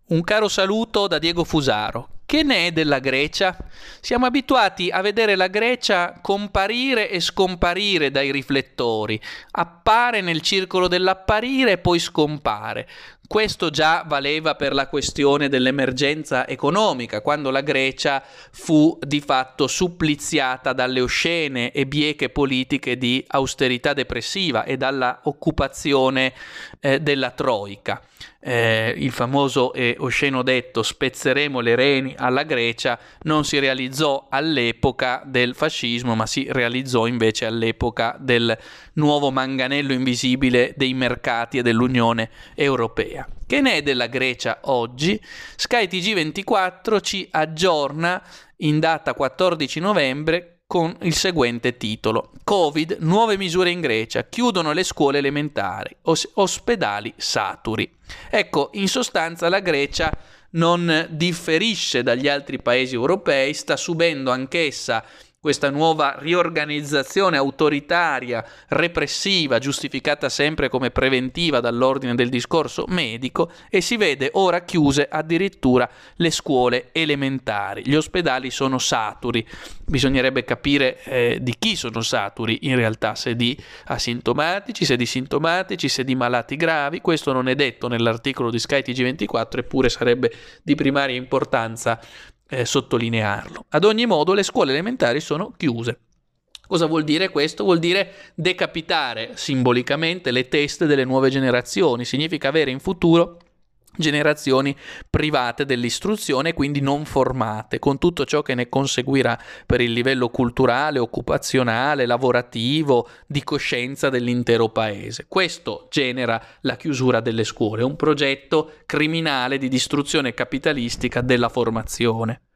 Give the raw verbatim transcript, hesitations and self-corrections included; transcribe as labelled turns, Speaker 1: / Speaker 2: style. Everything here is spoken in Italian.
Speaker 1: Un caro saluto da Diego Fusaro. Che ne è della Grecia? Siamo abituati a vedere la Grecia comparire e scomparire dai riflettori, appare nel circolo dell'apparire e poi scompare. Questo già valeva per la questione dell'emergenza economica, quando la Grecia fu di fatto suppliziata dalle oscene e bieche politiche di austerità depressiva e dalla occupazione eh, della Troica. Eh, il famoso e osceno detto "spezzeremo le reni alla Grecia" non si realizzò all'epoca del fascismo, ma si realizzò invece all'epoca del nuovo manganello invisibile dei mercati e dell'Unione Europea. Che ne è della Grecia oggi? Sky T G ventiquattro ci aggiorna in data quattordici novembre con il seguente titolo: Covid, nuove misure in Grecia, chiudono le scuole elementari, os- ospedali saturi. Ecco, in sostanza la Grecia non differisce dagli altri paesi europei, sta subendo anch'essa questa nuova riorganizzazione autoritaria, repressiva, giustificata sempre come preventiva dall'ordine del discorso medico, e si vede ora chiuse addirittura le scuole elementari. Gli ospedali sono saturi. Bisognerebbe capire eh, di chi sono saturi in realtà, se di asintomatici, se di sintomatici, se di malati gravi. Questo non è detto nell'articolo di Sky T G ventiquattro, eppure sarebbe di primaria importanza Eh, sottolinearlo. Ad ogni modo, le scuole elementari sono chiuse. Cosa vuol dire questo? Vuol dire decapitare simbolicamente le teste delle nuove generazioni. Significa avere in futuro generazioni private dell'istruzione, quindi non formate, con tutto ciò che ne conseguirà per il livello culturale, occupazionale, lavorativo, di coscienza dell'intero paese. Questo genera la chiusura delle scuole, un progetto criminale di distruzione capitalistica della formazione.